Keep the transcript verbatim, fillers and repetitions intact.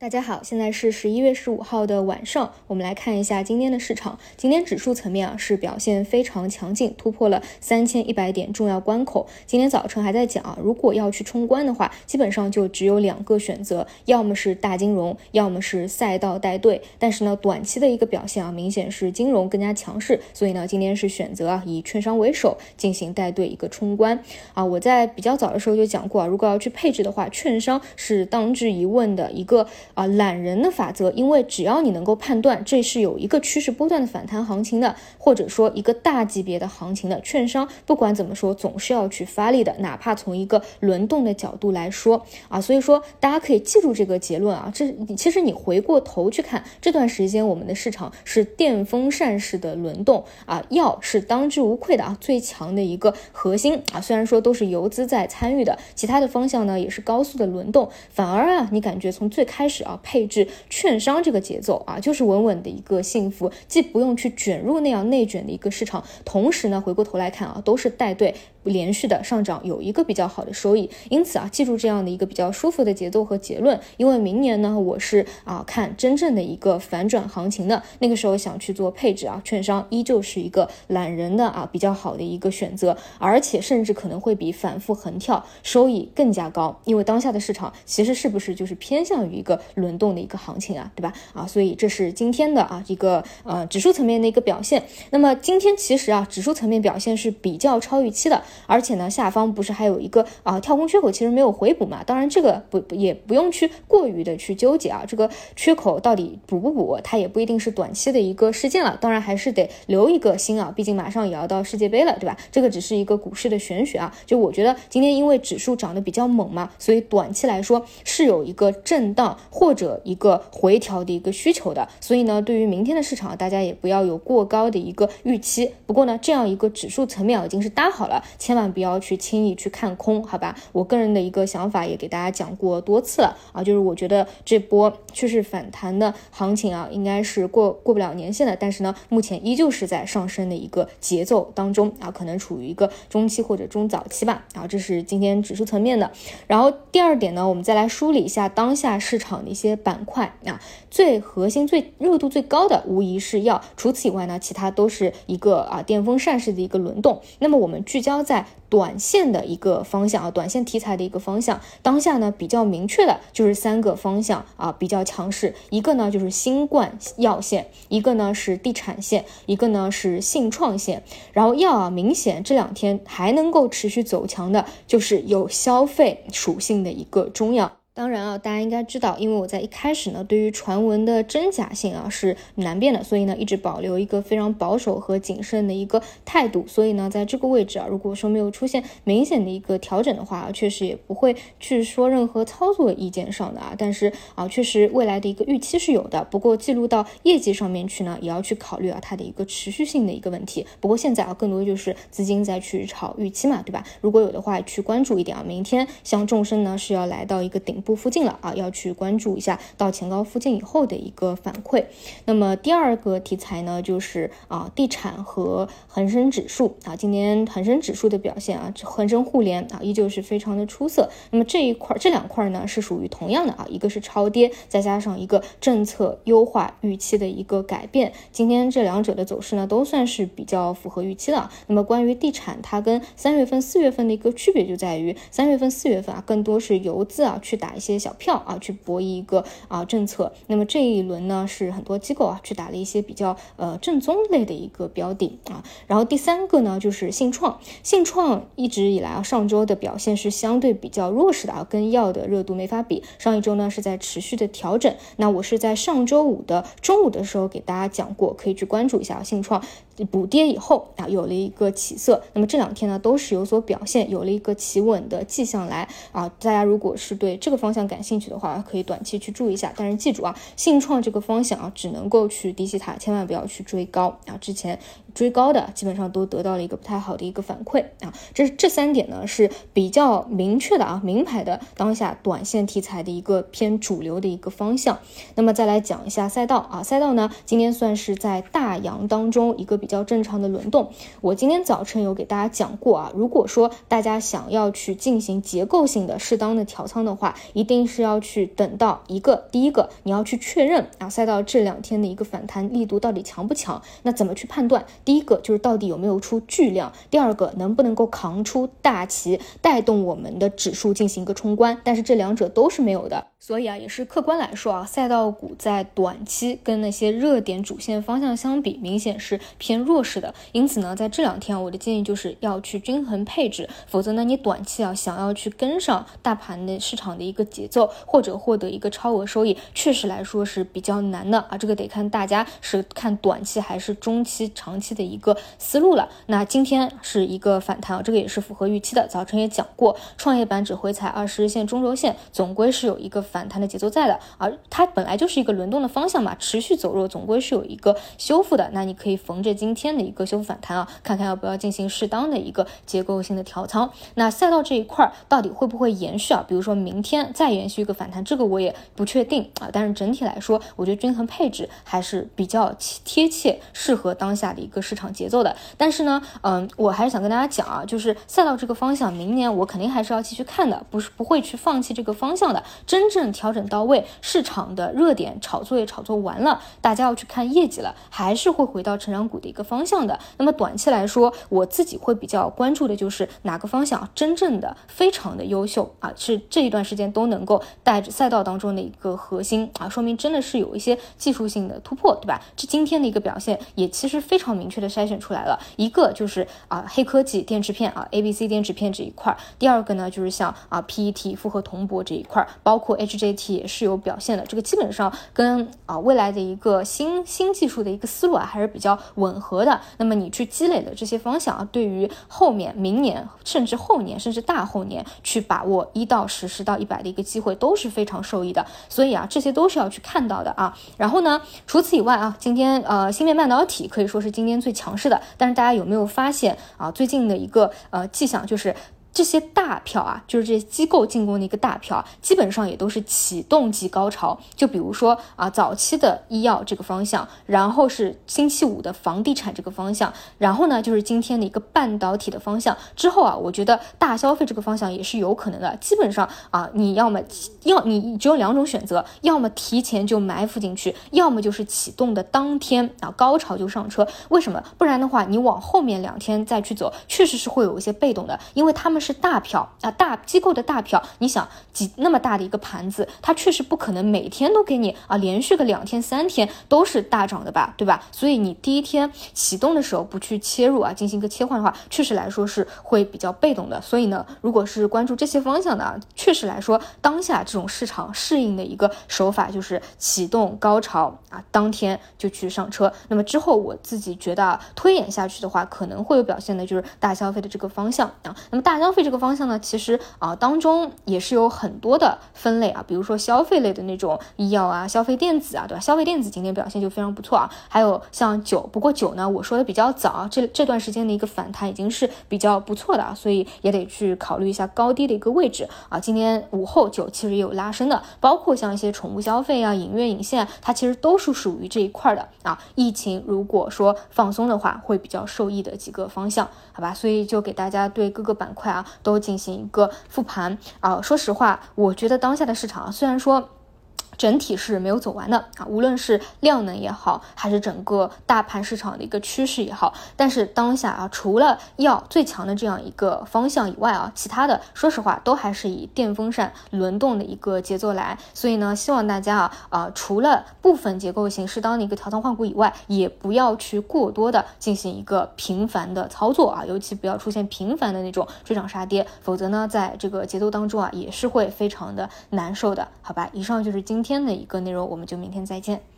大家好，现在是十一月十五号的晚上，我们来看一下今天的市场。今天指数层面啊是表现非常强劲，突破了三千一百点重要关口。今天早晨还在讲啊，如果要去冲关的话，基本上就只有两个选择，要么是大金融，要么是赛道带队。但是呢，短期的一个表现啊，明显是金融更加强势，所以呢，今天是选择啊以券商为首进行带队一个冲关啊。我在比较早的时候就讲过啊，如果要去配置的话，券商是当之一问的一个啊懒人的法则，因为只要你能够判断这是有一个趋势波段的反弹行情的，或者说一个大级别的行情的，券商不管怎么说总是要去发力的，哪怕从一个轮动的角度来说啊，所以说大家可以记住这个结论啊。这其实你回过头去看这段时间我们的市场是电风扇式的轮动啊，药是当之无愧的啊最强的一个核心啊，虽然说都是游资在参与的，其他的方向呢也是高速的轮动，反而啊你感觉从最开始啊配置券商这个节奏啊，就是稳稳的一个幸福，既不用去卷入那样内卷的一个市场，同时呢回过头来看啊，都是带队连续的上涨，有一个比较好的收益。因此啊，记住这样的一个比较舒服的节奏和结论，因为明年呢我是啊看真正的一个反转行情的，那个时候想去做配置啊，券商依旧是一个懒人的啊比较好的一个选择，而且甚至可能会比反复横跳收益更加高，因为当下的市场其实是不是就是偏向于一个轮动的一个行情啊，对吧？啊，所以这是今天的啊一个呃指数层面的一个表现。那么今天其实啊指数层面表现是比较超预期的，而且呢下方不是还有一个啊跳空缺口其实没有回补嘛，当然这个不也不用去过于的去纠结啊，这个缺口到底补不补它也不一定是短期的一个事件了，当然还是得留一个心啊，毕竟马上也要到世界杯了，对吧？这个只是一个股市的玄学啊，就我觉得今天因为指数涨得比较猛嘛，所以短期来说是有一个震荡或者一个回调的一个需求的，所以呢对于明天的市场大家也不要有过高的一个预期。不过呢这样一个指数层面已经是搭好了，千万不要去轻易去看空，好吧？我个人的一个想法也给大家讲过多次了啊，就是我觉得这波趋势反弹的行情啊应该是过过不了年限的，但是呢目前依旧是在上升的一个节奏当中啊，可能处于一个中期或者中早期吧啊，这是今天指数层面的。然后第二点呢，我们再来梳理一下当下市场的一些板块啊，最核心最热度最高的无疑是药，除此以外呢其他都是一个啊电风扇式的一个轮动。那么我们聚焦在短线的一个方向啊，短线题材的一个方向，当下呢比较明确的就是三个方向啊比较强势，一个呢就是新冠药线，一个呢是地产线，一个呢是信创线。然后药啊明显这两天还能够持续走强的就是有消费属性的一个中药。当然啊，大家应该知道，因为我在一开始呢，对于传闻的真假性啊是难辨的，所以呢一直保留一个非常保守和谨慎的一个态度。所以呢，在这个位置啊，如果说没有出现明显的一个调整的话，确实也不会去说任何操作意见上的啊。但是啊，确实未来的一个预期是有的，不过记录到业绩上面去呢，也要去考虑啊它的一个持续性的一个问题。不过现在啊，更多就是资金再去炒预期嘛，对吧？如果有的话，去关注一点啊。明天像众生呢是要来到一个顶部附近了啊，要去关注一下到前高附近以后的一个反馈。那么第二个题材呢，就是啊地产和恒生指数啊，今年恒生指数的表现啊，恒生互联啊依旧是非常的出色。那么这一块这两块呢是属于同样的啊，一个是超跌，再加上一个政策优化预期的一个改变。今天这两者的走势呢都算是比较符合预期的。那么关于地产，它跟三月份四月份的一个区别就在于，三月份四月份啊更多是游资啊去打一些小票啊，去博弈一个啊政策。那么这一轮呢，是很多机构啊去打了一些比较呃正宗类的一个标的啊。然后第三个呢，就是信创，信创一直以来啊，上周的表现是相对比较弱势的啊，跟药的热度没法比。上一周呢是在持续的调整。那我是在上周五的中午的时候给大家讲过，可以去关注一下信创补跌以后啊有了一个起色。那么这两天呢都是有所表现，有了一个企稳的迹象来啊。大家如果是对这个方向感兴趣的话，可以短期去注意一下。但是记住啊，信创这个方向啊，只能够去低吸它，千万不要去追高啊。之前追高的基本上都得到了一个不太好的一个反馈啊。这这三点呢是比较明确的啊，明牌的当下短线题材的一个偏主流的一个方向。那么再来讲一下赛道啊，赛道呢今天算是在大阳当中一个比较正常的轮动。我今天早晨有给大家讲过啊，如果说大家想要去进行结构性的适当的调仓的话，一定是要去等到一个第一个你要去确认啊赛道这两天的一个反弹力度到底强不强。那怎么去判断？第一个就是到底有没有出巨量，第二个能不能够扛出大旗带动我们的指数进行一个冲关，但是这两者都是没有的。所以啊，也是客观来说啊，赛道股在短期跟那些热点主线方向相比，明显是偏弱势的。因此呢，在这两天我的建议就是要去均衡配置，否则呢，你短期啊想要去跟上大盘的市场的一个节奏，或者获得一个超额收益，确实来说是比较难的啊。这个得看大家是看短期还是中期、长期的一个思路了。那今天是一个反弹啊，这个也是符合预期的。早晨也讲过，创业板只回踩二十日线、中轴线，总归是有一个反弹的节奏在的，而它本来就是一个轮动的方向嘛，持续走弱总归是有一个修复的。那你可以逢着今天的一个修复反弹啊，看看要不要进行适当的一个结构性的调仓。那赛道这一块到底会不会延续啊？比如说明天再延续一个反弹，这个我也不确定啊。但是整体来说，我觉得均衡配置还是比较贴切、适合当下的一个市场节奏的。但是呢，嗯，我还是想跟大家讲啊，就是赛道这个方向，明年我肯定还是要继续看的，不是不会去放弃这个方向的。真正调整到位，市场的热点炒作也炒作完了，大家要去看业绩了，还是会回到成长股的一个方向的。那么短期来说，我自己会比较关注的就是哪个方向真正的非常的优秀啊，是这一段时间都能够带着赛道当中的一个核心啊，说明真的是有一些技术性的突破，对吧？这今天的一个表现也其实非常明确的筛选出来了，一个就是啊黑科技电池片啊 A B C 电池片这一块，第二个呢就是像啊 P E T 复合铜箔这一块，包括 H J T 也是有表现的，这个基本上跟啊未来的一个新新技术的一个思路啊还是比较吻合的。那么你去积累的这些方向啊，对于后面明年甚至后年甚至大后年去把握一到十十到一百的一个机会都是非常受益的。所以啊这些都是要去看到的啊。然后呢除此以外啊，今天呃芯片半导体可以说是今天最强势的，但是大家有没有发现啊最近的一个呃迹象，就是这些大票啊，就是这些机构进攻的一个大票啊，基本上也都是启动即高潮。就比如说啊，早期的医药这个方向，然后是星期五的房地产这个方向，然后呢就是今天的一个半导体的方向。之后啊，我觉得大消费这个方向也是有可能的。基本上啊，你要么要你只有两种选择，要么提前就埋伏进去，要么就是启动的当天啊高潮就上车。为什么？不然的话，你往后面两天再去走，确实是会有一些被动的，因为他们是大票啊，大机构的大票，你想几那么大的一个盘子，它确实不可能每天都给你啊连续个两天三天都是大涨的吧，对吧？所以你第一天启动的时候不去切入啊，进行一个切换的话，确实来说是会比较被动的。所以呢，如果是关注这些方向的啊，确实来说，当下这种市场适应的一个手法就是启动高潮啊，当天就去上车。那么之后我自己觉得啊，推演下去的话，可能会有表现的就是大消费的这个方向啊。那么大消费这个方向呢，其实啊当中也是有很多的分类啊，比如说消费类的那种医药啊、消费电子啊，对吧？消费电子今天表现就非常不错啊。还有像酒，不过酒呢，我说的比较早啊，这这段时间的一个反弹已经是比较不错的啊，所以也得去考虑一下高低的一个位置啊。今天午后酒其实也有拉升的，包括像一些宠物消费啊、影院影线啊，它其实都是属于这一块的啊。疫情如果说放松的话，会比较受益的几个方向，好吧？所以就给大家对各个板块啊都进行一个复盘啊。说实话，我觉得当下的市场虽然说整体是没有走完的啊，无论是量能也好，还是整个大盘市场的一个趋势也好，但是当下啊，除了要最强的这样一个方向以外啊，其他的说实话都还是以电风扇轮动的一个节奏来。所以呢，希望大家啊啊、呃，除了部分结构性适当的一个调仓换股以外，也不要去过多的进行一个频繁的操作啊，尤其不要出现频繁的那种追涨杀跌，否则呢，在这个节奏当中啊，也是会非常的难受的，好吧？以上就是今天的一个内容，我们就明天再见。